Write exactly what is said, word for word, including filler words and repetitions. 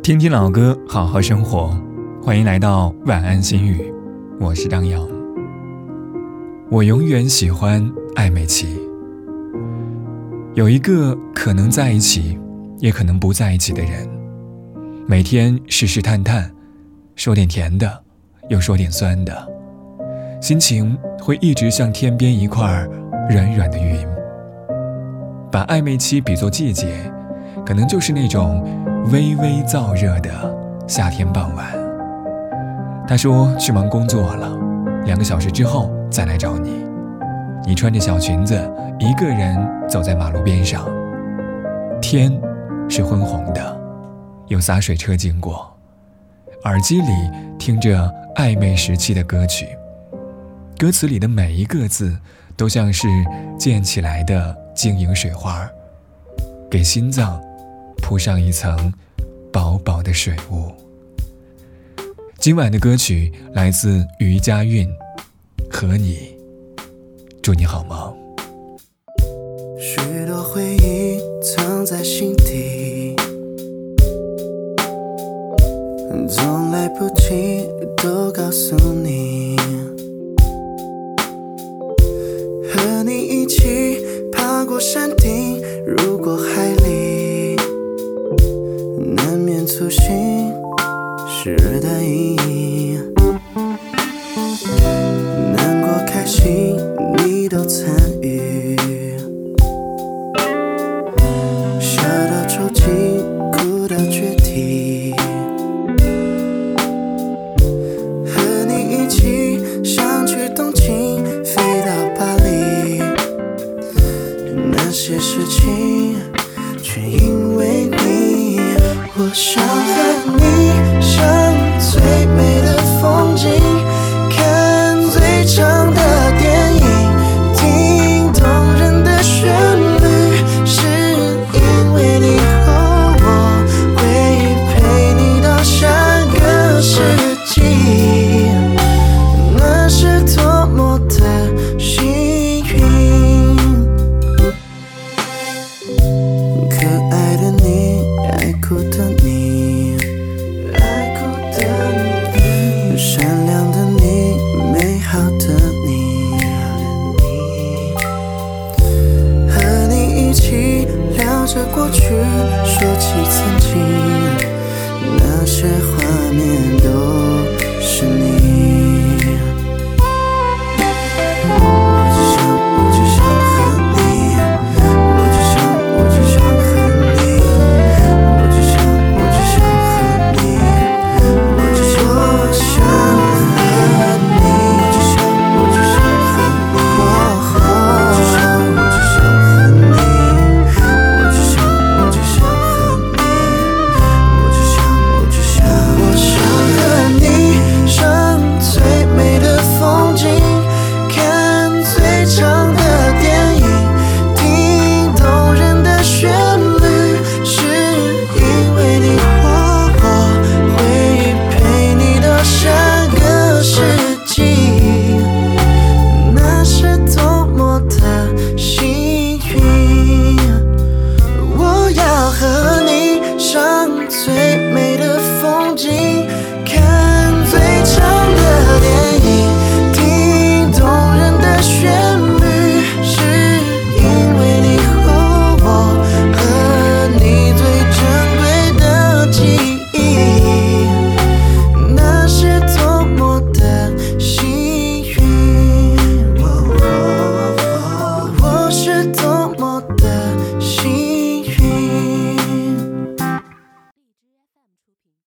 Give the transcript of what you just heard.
听听老歌，好好生活。欢迎来到晚安心语，我是张扬。我永远喜欢艾美琪。有一个可能在一起，也可能不在一起的人，每天试试探探，说点甜的，又说点酸的，心情会一直像天边一块软软的云。把暧昧期比作季节，可能就是那种微微燥热的夏天傍晚。他说去忙工作了，两个小时之后再来找你。你穿着小裙子，一个人走在马路边上，天是昏红的，有洒水车经过，耳机里听着暧昧时期的歌曲，歌词里的每一个字都像是溅起来的晶莹水花，给心脏铺上一层薄薄的水雾。今晚的歌曲来自余佳韵，和你，祝你好梦。 许多回忆藏在心底，总来不及都告诉你，和你一起爬过山顶，入过海里，难免粗心时的意义，难过开心你都参与，笑到抽筋，哭到决堤，和你一起想去东京，飞到巴黎，那些事情却因为你，我想和你像最美的风景，